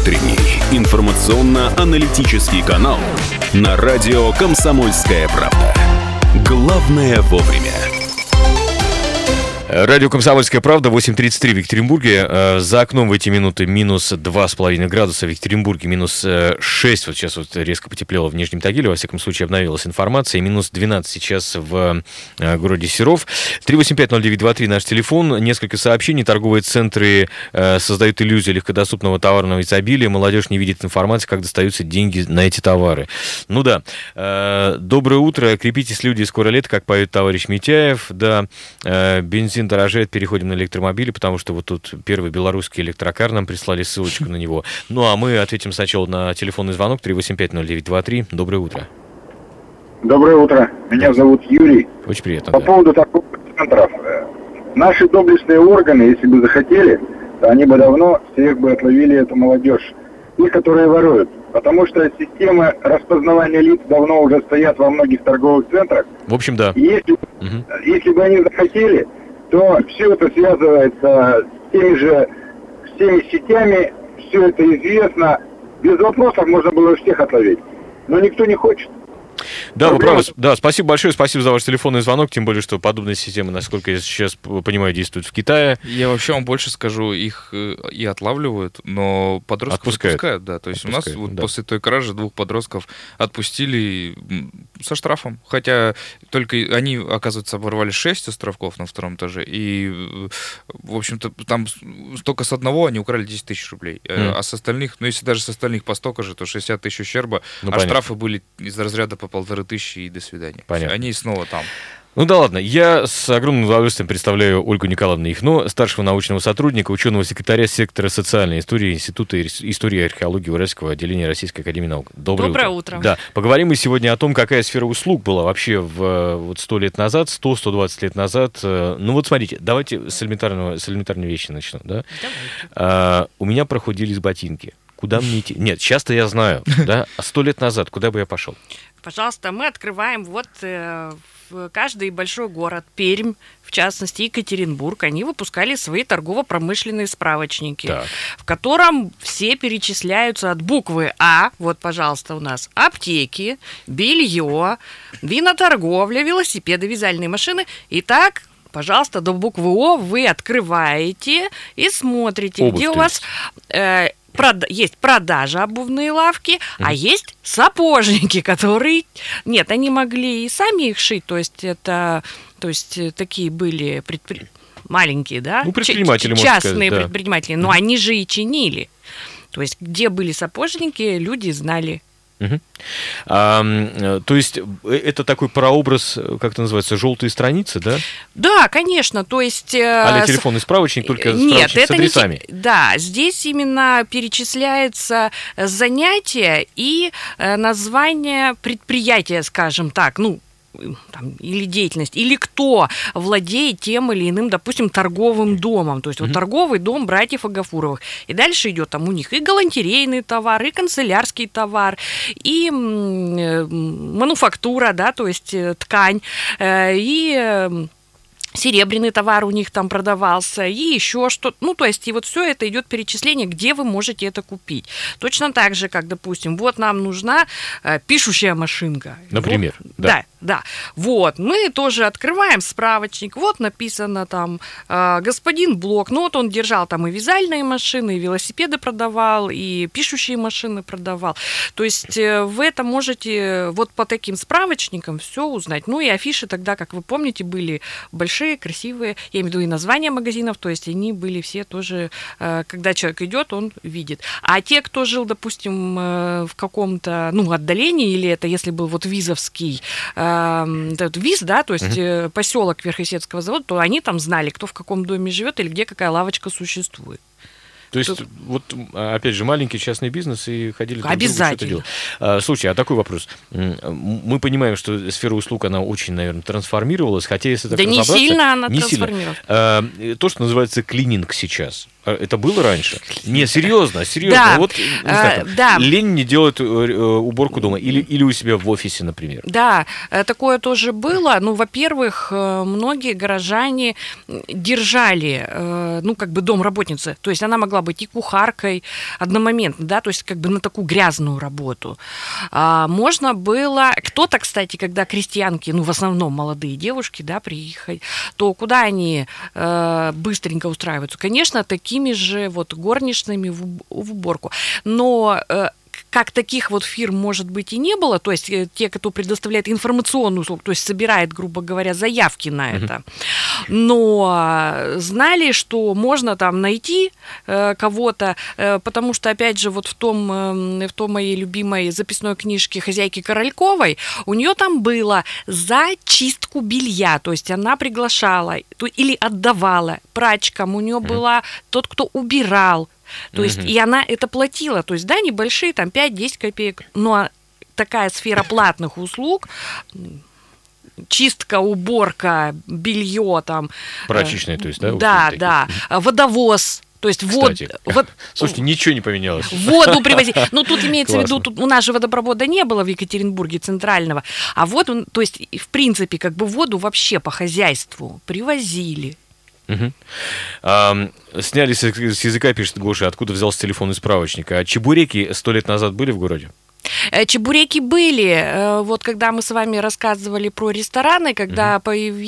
утренний информационно-аналитический канал на радио «Комсомольская правда». Главное вовремя. Радио «Комсомольская правда», 8:33 в Екатеринбурге. За окном в эти минуты минус 2,5 градуса, в Екатеринбурге минус 6. Вот сейчас вот резко потеплело в Нижнем Тагиле, во всяком случае обновилась информация. Минус 12 сейчас в городе Серов. 3850923 наш телефон. Несколько сообщений. Торговые центры создают иллюзию легкодоступного товарного изобилия. Молодежь не видит информации, как достаются деньги на эти товары. Ну да. Доброе утро. Крепитесь, люди, скоро лето, как поет товарищ Митяев. Да, бензин дорожает, переходим на электромобили, потому что вот тут первый белорусский электрокар, нам прислали ссылочку на него. Ну, а мы ответим сначала на телефонный звонок 3850923. Доброе утро. Доброе утро. Меня зовут Юрий. Очень приятно. По поводу торговых центров. Наши доблестные органы, если бы захотели, то они бы давно всех бы отловили эту молодежь. Их, которые воруют. Потому что системы распознавания лиц давно уже стоят во многих торговых центрах. В общем, да. И если бы они захотели, то все это связывается с теми сетями, все это известно. Без вопросов можно было всех отловить. Но никто не хочет. Да, вы правы. Да, спасибо большое, спасибо за ваш телефонный звонок, тем более, что подобные системы, насколько я сейчас понимаю, действуют в Китае. Я вообще вам больше скажу, их и отлавливают, но подростков отпускают, да. То есть у нас вот после той кражи 2 подростков отпустили со штрафом, хотя только они, оказывается, оборвали 6 островков на 2-м этаже, и, в общем-то, там только с одного они украли 10 тысяч рублей, а с остальных, ну, если даже с остальных по столько же, то 60 тысяч ущерба, штрафы были из разряда по 1500 и до свидания. Понятно. Они снова там. Ну да ладно, я с огромным удовольствием представляю Ольгу Николаевну Ихно, старшего научного сотрудника, ученого секретаря сектора социальной истории Института истории и археологии Уральского отделения Российской академии наук. Доброе утро. Да, поговорим мы сегодня о том, какая сфера услуг была вообще вот 100 лет назад, 100-120 лет назад. Ну вот смотрите, давайте с элементарной вещи начну. Да? У меня прохудились ботинки. Куда мне идти? Нет, сейчас-то я знаю, да? А 100 лет назад куда бы я пошел? Пожалуйста, мы открываем в каждый большой город, Пермь, в частности, Екатеринбург, они выпускали свои торгово-промышленные справочники, в котором все перечисляются от буквы А, вот, пожалуйста, у нас аптеки, белье, виноторговля, велосипеды, вязальные машины, и так... Пожалуйста, до буквы О вы открываете и смотрите, обувь, где у вас есть продажа, обувные лавки, а есть сапожники, которые... Нет, они могли и сами их шить, то есть такие были маленькие, да? Ну, предприниматели, частные да. предприниматели, но они же и чинили. То есть где были сапожники, люди знали. То есть это такой прообраз, как это называется, желтые страницы, да? Да, конечно, то есть... А-ля телефонный справочник, только справочник с адресами. Да, здесь именно перечисляется занятие и название предприятия, скажем так, или деятельность, или кто владеет тем или иным, допустим, торговым домом. То есть вот торговый дом братьев Агафуровых. И дальше идет там у них и галантерейный товар, и канцелярский товар, и мануфактура, да, то есть ткань, и... серебряный товар у них там продавался, и еще что-то. Ну, то есть, и вот все это идет перечисление, где вы можете это купить. Точно так же, как, допустим, вот нам нужна пишущая машинка. Например. Вот, да. Вот, мы тоже открываем справочник, вот написано там господин Блок, ну, вот он держал там и вязальные машины, и велосипеды продавал, и пишущие машины продавал. То есть, вы это можете вот по таким справочникам все узнать. Ну, и афиши тогда, как вы помните, были большие, красивые, я имею в виду и названия магазинов, то есть они были все тоже, когда человек идет, он видит. А те, кто жил, допустим, в каком-то, отдалении, или это, если был вот Визовский, этот Виз, да, то есть поселок Верхесецкого завода, то они там знали, кто в каком доме живет или где какая лавочка существует. То есть, вот, опять же, маленький частный бизнес, и ходили друг обязательно. Что-то. Слушай, а такой вопрос. Мы понимаем, что сфера услуг, она очень, наверное, трансформировалась, хотя если так разобраться... Да не сильно она трансформировалась. То, что называется клининг сейчас, это было раньше? Не, серьезно. Да. Вот, не знаю, Ленин не делает уборку дома или у себя в офисе, например. Да, такое тоже было. Во-первых, многие горожане держали, домработницы. То есть она могла могла быть и кухаркой одномоментно, да, то есть как бы на такую грязную работу. Можно было... Кто-то, кстати, когда крестьянки, ну, в основном молодые девушки, да, приехали, то куда они быстренько устраиваются? Конечно, такими же вот горничными в уборку. Но... как таких вот фирм, может быть, и не было, то есть те, кто предоставляет информационную услугу, то есть собирает, грубо говоря, заявки на это, но знали, что можно там найти кого-то, потому что, опять же, вот в том моей любимой записной книжке «Хозяйки Корольковой» у нее там было за чистку белья, то есть она приглашала или отдавала прачкам, у нее была тот, кто убирал. То есть, и она это платила, то есть, да, небольшие, там, 5-10 копеек, но такая сфера платных услуг, чистка, уборка, белье, там... Прачечная, то есть, да? Да, водовоз. То есть слушайте, ничего не поменялось. Воду привозить. Ну, тут имеется в виду, у нас же водопровода не было в Екатеринбурге центрального, а вот, то есть, в принципе, как бы воду вообще по хозяйству привозили. Сняли с языка, пишет Гоша, откуда взялся телефон из справочника. А чебуреки 100 лет назад были в городе? Чебуреки были. Вот когда мы с вами рассказывали про рестораны, когда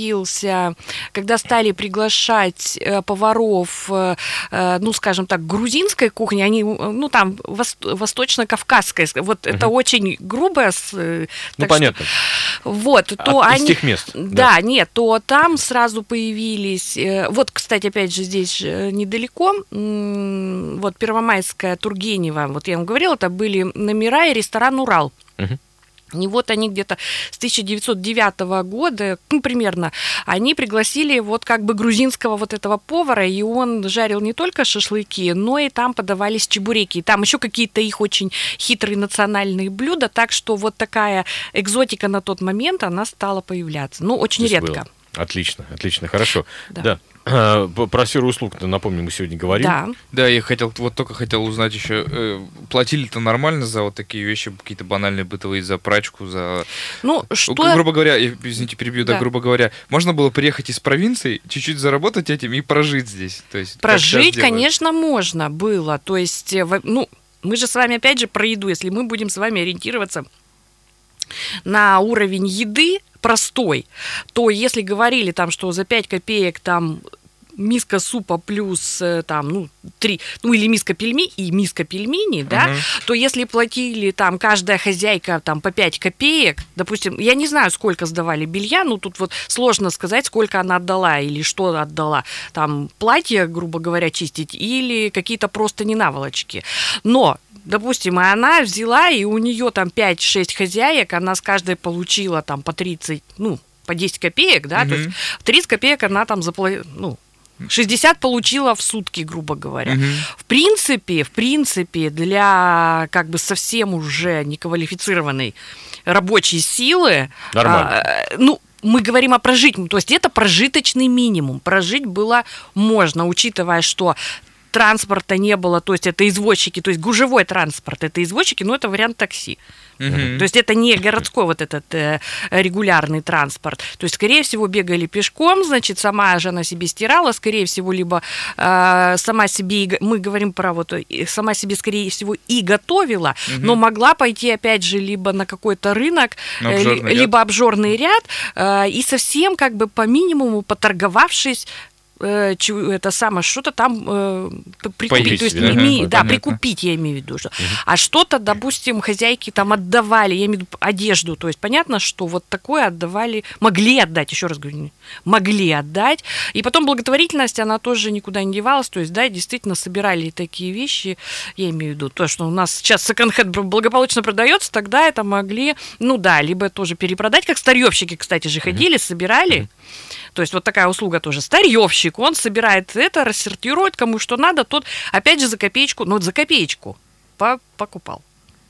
когда стали приглашать поваров, ну, скажем так, грузинской кухни, они, ну, там, восточно-кавказской, вот это очень грубо. Ну, понятно. Вот, то из они... тех мест. Да, нет, то там сразу появились... Вот, кстати, опять же, здесь недалеко, вот Первомайская, Тургенева, вот я вам говорила, это были номера и ресторан «Урал». И вот они где-то с 1909 года, ну, примерно, они пригласили вот как бы грузинского вот этого повара, и он жарил не только шашлыки, но и там подавались чебуреки. И там еще какие-то их очень хитрые национальные блюда, так что вот такая экзотика на тот момент, она стала появляться. Ну, очень редко. Было. Отлично, хорошо. Да. Про сферу услуг, напомню, мы сегодня говорим. Да, я только хотел узнать еще, платили-то нормально за вот такие вещи, какие-то банальные бытовые, за прачку, за... Ну, что... Грубо говоря, извините, перебью, да, грубо говоря, можно было приехать из провинции, чуть-чуть заработать этим и прожить здесь? То есть, прожить, конечно, можно было. То есть, ну, мы же с вами, опять же, про еду, если мы будем с вами ориентироваться на уровень еды, простой, то если говорили там, что за 5 копеек там миска супа плюс там, ну, 3, ну, или миска пельменей, да, то если платили там каждая хозяйка там по 5 копеек, допустим, я не знаю, сколько сдавали белья, ну, тут вот сложно сказать, сколько она отдала или что отдала, там, платье, грубо говоря, чистить или какие-то просто наволочки, но допустим, она взяла, и у нее там 5-6 хозяек, она с каждой получила там по 30, ну, по 10 копеек, да, то есть 30 копеек она там заплатила, ну, 60 получила в сутки, грубо говоря. В принципе, для как бы совсем уже неквалифицированной рабочей силы, ну, мы говорим о прожитом, то есть это прожиточный минимум. Прожить было можно, учитывая, что транспорта не было, то есть это извозчики, то есть гужевой транспорт, это извозчики, но это вариант такси. То есть это не городской вот этот регулярный транспорт. То есть, скорее всего, бегали пешком, значит, сама же она себе стирала, скорее всего, либо сама себе, мы говорим про вот, сама себе, скорее всего, и готовила, но могла пойти, опять же, либо на какой-то рынок, либо обжорный ряд, и совсем как бы по минимуму поторговавшись, это самое, что-то там прикупить, то есть прикупить, я имею в виду, что. А что-то, допустим, хозяйки там отдавали, я имею в виду одежду, то есть понятно, что вот такое отдавали, могли отдать, еще раз говорю, могли отдать, и потом благотворительность, она тоже никуда не девалась, то есть, да, действительно собирали такие вещи, я имею в виду то, что у нас сейчас секонд-хенд благополучно продается, тогда это могли, ну да, либо тоже перепродать, как старьевщики, кстати же, ходили, собирали. То есть вот такая услуга тоже. Старьевщик, он собирает это, рассортирует, кому что надо, тот, опять же, за копеечку, но за копеечку покупал.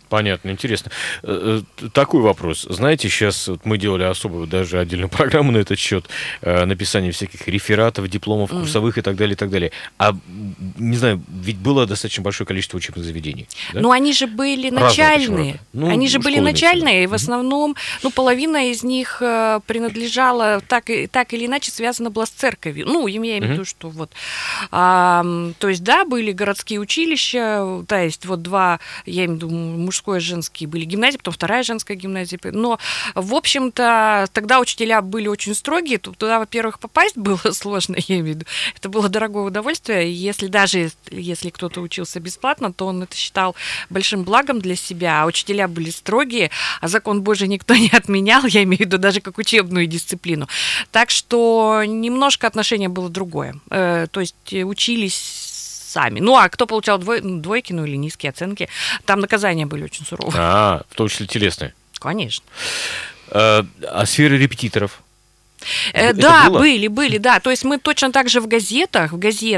Понятно, интересно. Такой вопрос. Знаете, сейчас вот мы делали особую даже отдельную программу на этот счет, написание всяких рефератов, дипломов, курсовых и так далее, и так далее. А, не знаю, ведь было достаточно большое количество учебных заведений. Да? Ну, они же были начальные. Они же были начальные, и в основном, половина из них принадлежала, так или иначе, связана была с церковью. Ну, я имею в виду, что вот... то есть, да, были городские училища, то есть, вот два, я имею в виду, мужской и женский были гимназии, потом вторая женская гимназия. Но, в общем-то, тогда учителя были очень строгие. Туда, во-первых, попасть было сложно, я имею в виду. Это было дорогое удовольствие. Если кто-то учился бесплатно, то он это считал большим благом для себя. А учителя были строгие, а закон Божий никто не отменял, я имею в виду даже как учебную дисциплину. Так что немножко отношение было другое. То есть учились сами. Ну, а кто получал двойки, или низкие оценки, там наказания были очень суровые. В том числе телесные? Конечно. А сферы репетиторов? Да, были, да. То есть мы точно так же в газетах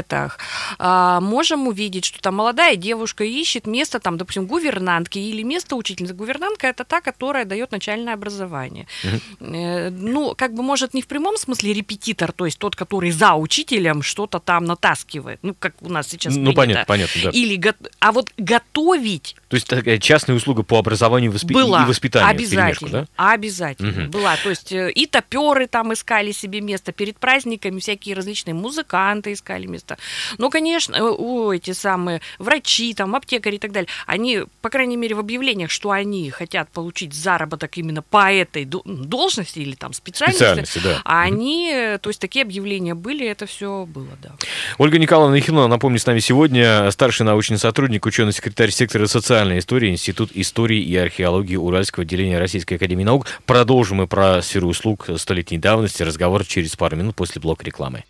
можем увидеть, что там молодая девушка ищет место, там, допустим, гувернантки или место учительницы. Гувернантка – это та, которая дает начальное образование. Может, не в прямом смысле репетитор, то есть тот, который за учителем что-то там натаскивает, как у нас сейчас принято. Понятно, да. А вот готовить... То есть такая частная услуга по образованию и воспитанию. Обязательно. Обязательно. Была. То есть и топеры там искали себе место перед праздниками, всякие различные музыканты искали место. Но, конечно, эти самые врачи, там, аптекари и так далее, они, по крайней мере, в объявлениях, что они хотят получить заработок именно по этой должности или там специальности, да. А они, то есть такие объявления были, это все было, да. Ольга Николаевна Яхинова, напомню, с нами сегодня старший научный сотрудник, ученый-секретарь сектора социальной истории, Институт истории и археологии Уральского отделения Российской академии наук. Продолжим мы про сферу услуг столетней давности. Разговор через пару минут после блока рекламы.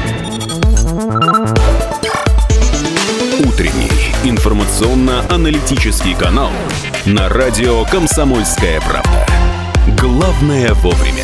Утренний информационно-аналитический канал на радио «Комсомольская правда». Главное вовремя.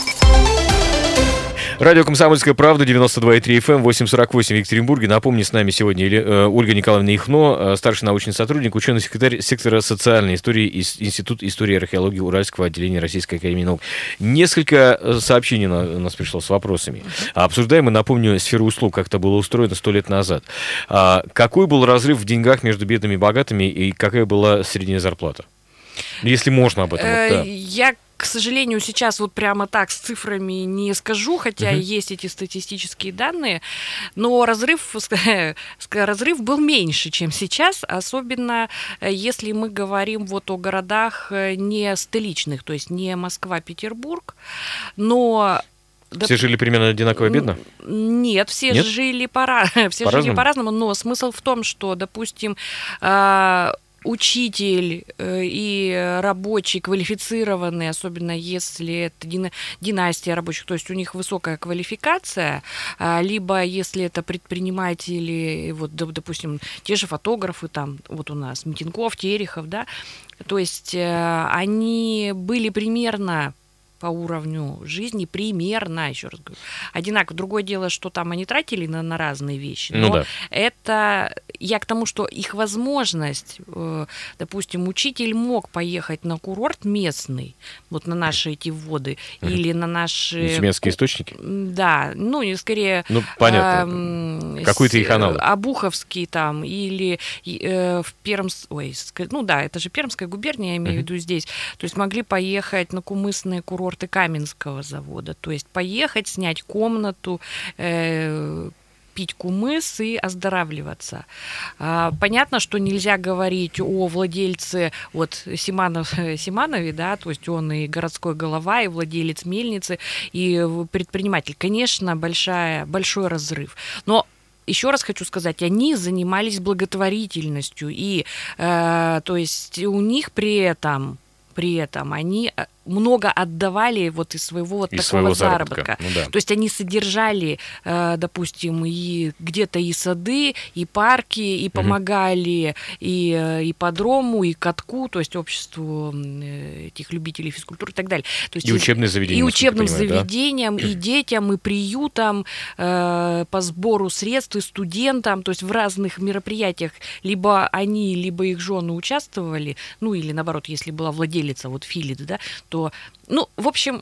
Радио «Комсомольская правда», 92,3 FM, 8:48 в Екатеринбурге. Напомню, с нами сегодня Ольга Николаевна Яхно, старший научный сотрудник, ученый-секретарь сектора социальной истории, Институт истории и археологии Уральского отделения Российской академии наук. Несколько сообщений у нас пришло с вопросами. Обсуждаем, мы, напомню, сферу услуг, как это было устроено 100 лет назад. Какой был разрыв в деньгах между бедными и богатыми, и какая была средняя зарплата? Если можно об этом. Я, к сожалению, сейчас вот прямо так с цифрами не скажу, хотя есть эти статистические данные, но разрыв был меньше, чем сейчас, особенно если мы говорим вот о городах не столичных, то есть не Москва, Петербург, но... Все жили примерно одинаково бедно? Нет, все жили по-разному, но смысл в том, что, допустим, учитель и рабочий квалифицированный, особенно если это династия рабочих, то есть у них высокая квалификация, либо если это предприниматели, вот, допустим, те же фотографы, там, вот у нас Митенков, Терехов, да, то есть они были примерно по уровню жизни, примерно, еще раз говорю, одинаково. Другое дело, что там они тратили на разные вещи, но это, я к тому, что их возможность, допустим, учитель мог поехать на курорт местный, вот на наши эти воды, или на наши... Семенские источники? Да, скорее... понятно. Какой-то их аналог. Обуховский там, или в это же Пермская губерния, я имею в виду здесь, то есть могли поехать на кумысные курорты Каменского завода, то есть поехать, снять комнату, пить кумыс и оздоравливаться. Понятно, что нельзя говорить о владельце Симанове, да, то есть он и городской голова, и владелец мельницы, и предприниматель. Конечно, большой разрыв. Но еще раз хочу сказать, они занимались благотворительностью, и то есть у них при этом они много отдавали вот из своего вот такого заработка. Ну, да. То есть они содержали, допустим, и где-то и сады, и парки, и помогали и ипподрому, и катку, то есть обществу этих любителей физкультуры и так далее. То есть и учебные заведения. И учебным заведениям, и детям, и приютам, по сбору средств, и студентам, то есть в разных мероприятиях либо они, либо их жены участвовали, ну или наоборот, если была владелица, вот Филид, да, то, ну, в общем,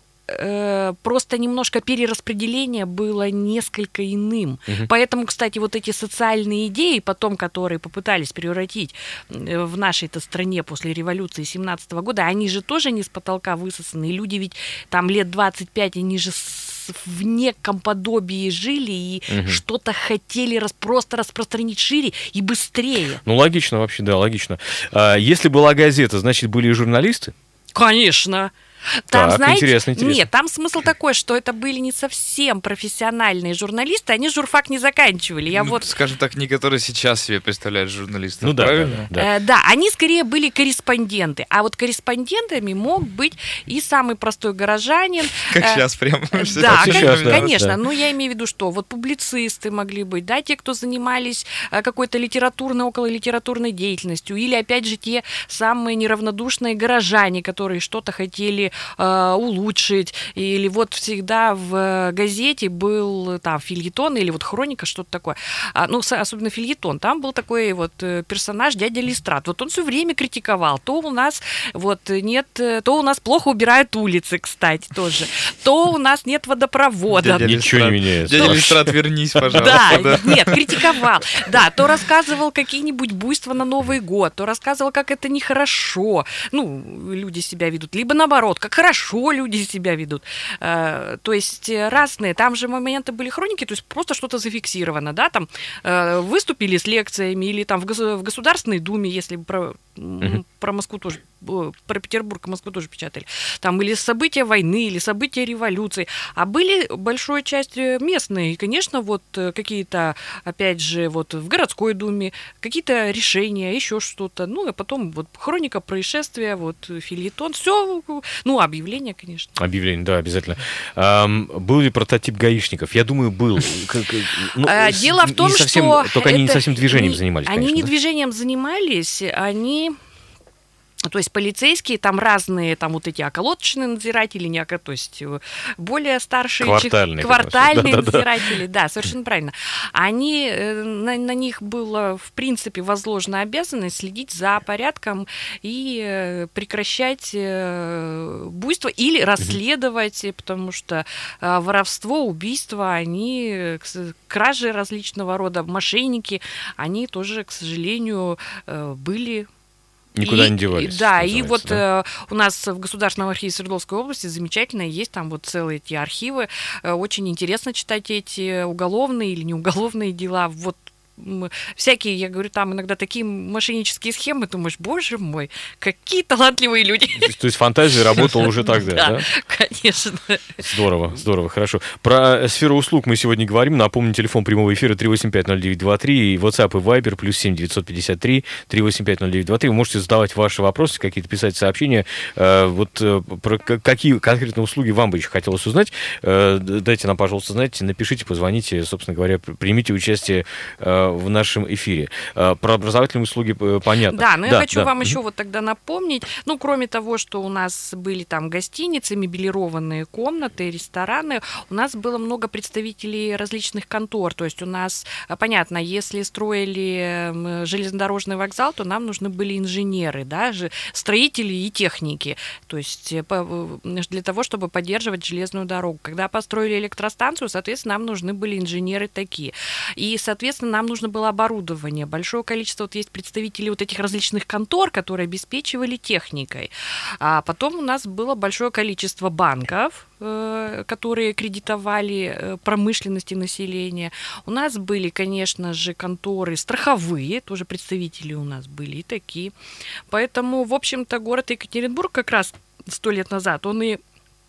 просто немножко перераспределение было несколько иным. Поэтому, кстати, вот эти социальные идеи, потом, которые попытались превратить в нашей-то стране после революции 17-го года, они же тоже не с потолка высосаны. И люди ведь там лет 25, они же в неком подобии жили и что-то хотели просто распространить шире и быстрее. Ну, логично вообще, да, логично. Если была газета, значит, были и журналисты? Конечно. Там, так, знаете, интересно. Нет, там смысл такой, что это были не совсем профессиональные журналисты, они журфак не заканчивали. Скажем так, не которые сейчас себе представляют журналистов, ну, правильно? Да, они скорее были корреспонденты, а вот корреспондентами мог быть и самый простой горожанин. Как сейчас прям. Да, конечно. Ну, я имею в виду, что вот публицисты могли быть, да, те, кто занимались какой-то литературной, окололитературной деятельностью, или, опять же, те самые неравнодушные горожане, которые что-то хотели улучшить, или вот всегда в газете был там фельетон или вот хроника, что-то такое, ну, особенно фельетон, там был такой вот персонаж дядя Листрат, вот он все время критиковал, то у нас вот нет, то у нас плохо убирают улицы, кстати, тоже, то у нас нет водопровода. Ничего не меняется. Дядя Листрат, вернись, пожалуйста. Да, нет, критиковал, да, то рассказывал какие-нибудь буйства на Новый год, то рассказывал, как это нехорошо, ну, люди себя ведут, либо наоборот, как хорошо люди себя ведут. То есть разные. Там же моменты были хроники, то есть просто что-то зафиксировано, да, там выступили с лекциями или там в Государственной Думе, если про Москву тоже, про Петербург и Москву тоже печатали, там или события войны, или события революции, а были большая часть местные, и, конечно, вот какие-то, опять же, вот в городской думе, какие-то решения, еще что-то, ну, а потом вот хроника происшествия, вот фельетон, все, ну, объявления, конечно. Объявления, да, обязательно. Был ли прототип гаишников? Я думаю, был. Дело в том, что... Только они не совсем движением занимались, Они не движением занимались, они... То есть полицейские, там разные, там вот эти околоточные надзиратели, то есть более старшие, квартальные надзиратели, да, совершенно правильно. Они, на них было, в принципе, возложена обязанность следить за порядком и прекращать буйство или расследовать, потому что воровство, убийство, они, кражи различного рода, мошенники, они тоже, к сожалению, были... Никуда не девались. Да, и вот у нас в Государственном архиве Свердловской области замечательно есть там вот целые эти архивы. Очень интересно читать эти уголовные или неуголовные дела. Вот всякие, я говорю, там иногда такие мошеннические схемы, думаешь, боже мой, какие талантливые люди. То есть фантазия работала уже тогда, да? Конечно. Здорово, хорошо. Про сферу услуг мы сегодня говорим. Напомню, телефон прямого эфира 3850923 и WhatsApp и Viber +7 953 3850923. Вы можете задавать ваши вопросы, какие-то писать сообщения. Вот про какие конкретные услуги вам бы еще хотелось узнать. Дайте нам, пожалуйста, знать, напишите, позвоните, собственно говоря, примите участие в нашем эфире. Про образовательные услуги понятно. Да, но я хочу вам еще вот тогда напомнить, ну, кроме того, что у нас были там гостиницы, мебелированные комнаты, рестораны, у нас было много представителей различных контор, то есть у нас, понятно, если строили железнодорожный вокзал, то нам нужны были инженеры, да, строители и техники, то есть для того, чтобы поддерживать железную дорогу. Когда построили электростанцию, соответственно, нам нужны были инженеры такие. И, соответственно, нам нужно было оборудование. Большое количество, вот есть представители вот этих различных контор, которые обеспечивали техникой. А потом у нас было большое количество банков, которые кредитовали промышленность и население. У нас были, конечно же, конторы страховые, тоже представители у нас были и такие. Поэтому, в общем-то, город Екатеринбург как раз 100 лет назад, он и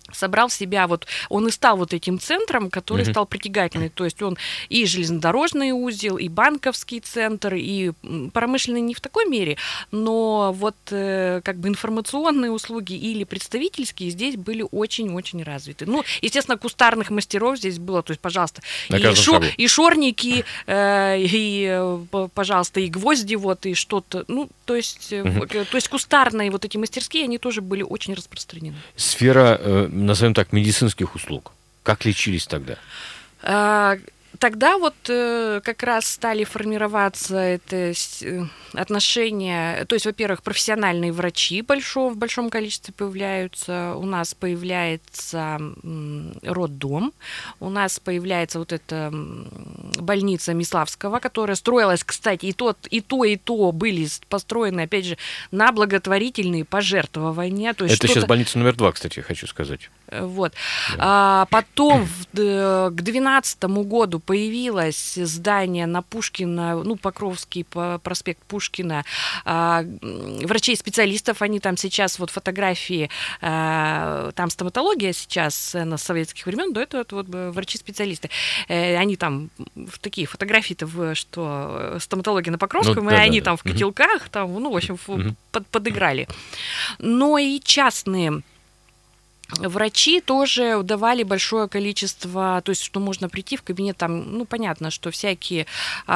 собрал в себя, вот он и стал вот этим центром, который стал притягательный. То есть он и железнодорожный узел, и банковский центр, и промышленный не в такой мере, но вот как бы информационные услуги или представительские здесь были очень-очень развиты. Ну, естественно, кустарных мастеров здесь было, то есть, пожалуйста, и шорники, и, пожалуйста, и гвозди, вот, и что-то, ну, то есть кустарные вот эти мастерские, они тоже были очень распространены. Сфера, назовем так, медицинских услуг. Как лечились тогда? Тогда вот как раз стали формироваться это отношения, то есть, во-первых, профессиональные врачи в большом количестве появляются, у нас появляется роддом, у нас появляется вот эта больница Миславского, которая строилась, кстати, и то были построены, опять же, на благотворительные пожертвования. То есть это сейчас больница номер 2, кстати, хочу сказать. Вот. Да. Потом к 2012 году появилось здание на Пушкина, ну, Покровский проспект Пушкина, врачей-специалистов, они там сейчас, вот фотографии, там стоматология сейчас на советских времен, до этого вот врачи-специалисты, они там в такие фотографии-то, что стоматология на Покровском, и они там в котелках, там, ну, в общем, подыграли. Но и частные врачи тоже давали большое количество, то есть, что можно прийти в кабинет, там, ну, понятно, что всякие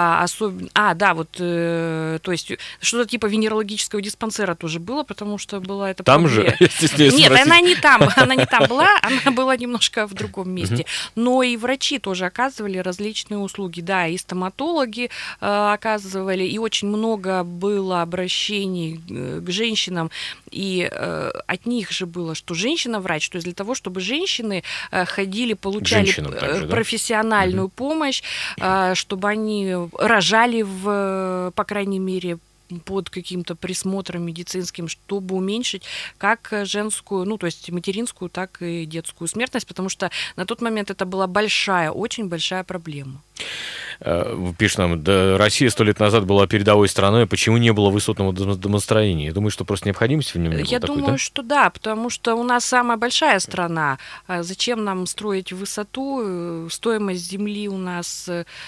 то есть, что-то типа венерологического диспансера тоже было, потому что была эта там проблема. Же? Нет, она не там была, она была немножко в другом месте. Но и врачи тоже оказывали различные услуги, да, и стоматологи оказывали, и очень много было обращений к женщинам, и от них же было, что женщина-врач, то есть для того, чтобы женщины ходили, получали также, профессиональную помощь, чтобы они рожали, по крайней мере, под каким-то присмотром медицинским, чтобы уменьшить как женскую, ну, то есть материнскую, так и детскую смертность, потому что на тот момент это была очень большая проблема. Пишет нам, да, Россия 100 лет назад была передовой страной, почему не было высотного домостроения? Я думаю, что просто необходимость в нем не было. Я думаю, что да, потому что у нас самая большая страна. Зачем нам строить высоту? Стоимость земли у нас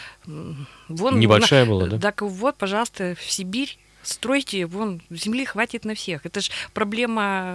небольшая была, да? Так вот, пожалуйста, в Сибирь стройте, земли хватит на всех. Это же проблема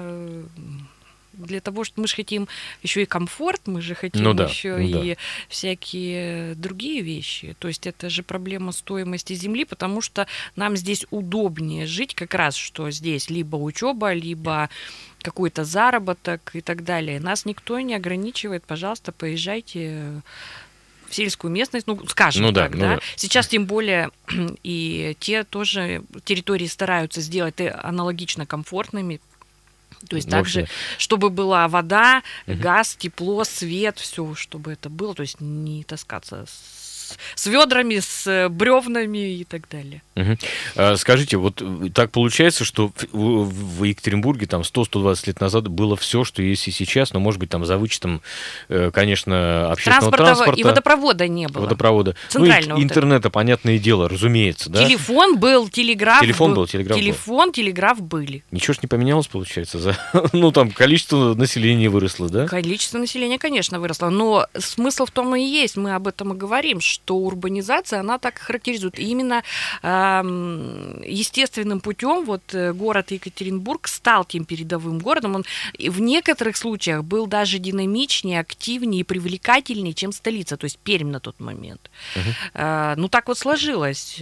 для того, что мы же хотим еще и комфорт, мы же хотим и всякие другие вещи. То есть это же проблема стоимости земли, потому что нам здесь удобнее жить, как раз, что здесь либо учеба, либо какой-то заработок и так далее. Нас никто не ограничивает, пожалуйста, поезжайте в сельскую местность, скажем так, да. Сейчас тем более и те тоже территории стараются сделать аналогично комфортными. То есть также, чтобы была вода, газ, тепло, свет, все, чтобы это было, то есть не таскаться с ведрами, с бревнами и так далее. Скажите, вот так получается, что в Екатеринбурге там 100-120 лет назад было все, что есть и сейчас, но, может быть, там за вычетом, конечно, общественного транспорта. И водопровода не было. Центрального. Интернета, понятное дело, разумеется, да? Телефон был, телеграф был. Телеграф были. Ничего ж не поменялось, получается? Там количество населения выросло, да? Количество населения, конечно, выросло, но смысл в том и есть, мы об этом и говорим, что урбанизация, она так характеризует. И именно естественным путем город Екатеринбург стал тем передовым городом. Он в некоторых случаях был даже динамичнее, активнее и привлекательнее, чем столица, то есть Пермь на тот момент. Так вот сложилось.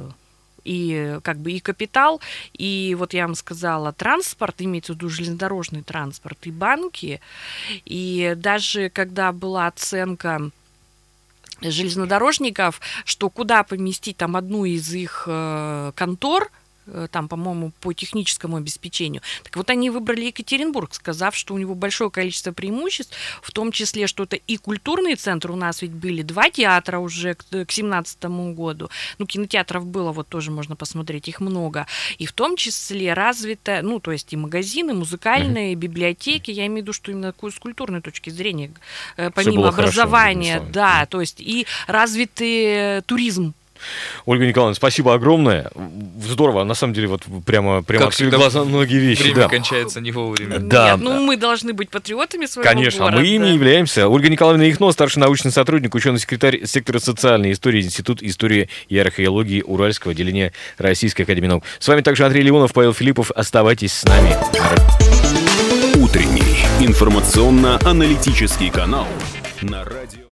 И и капитал, и я вам сказала, транспорт, имеется в виду железнодорожный транспорт, и банки. И даже когда была оценка железнодорожников, что куда поместить там одну из их контор, там, по-моему, по техническому обеспечению. Так вот, они выбрали Екатеринбург, сказав, что у него большое количество преимуществ, в том числе, что это и культурный центр, у нас ведь были 2 театра уже к 2017 году, кинотеатров было, тоже можно посмотреть, их много, и в том числе развито, то есть и магазины, музыкальные, библиотеки, я имею в виду, что именно с культурной точки зрения, помимо образования, то есть и развитый туризм. Ольга Николаевна, спасибо огромное. Здорово, на самом деле, вот прямо открыли глаза на многие вещи. Время кончается не вовремя. Да. Нет, мы должны быть патриотами своего Конечно, города. мы ими являемся. Ольга Николаевна Ихно, старший научный сотрудник, ученый-секретарь сектора социальной истории, Институт истории и археологии Уральского отделения Российской академии наук. С вами также Андрей Леонов, Павел Филиппов. Оставайтесь с нами. Утренний информационно-аналитический канал на радио.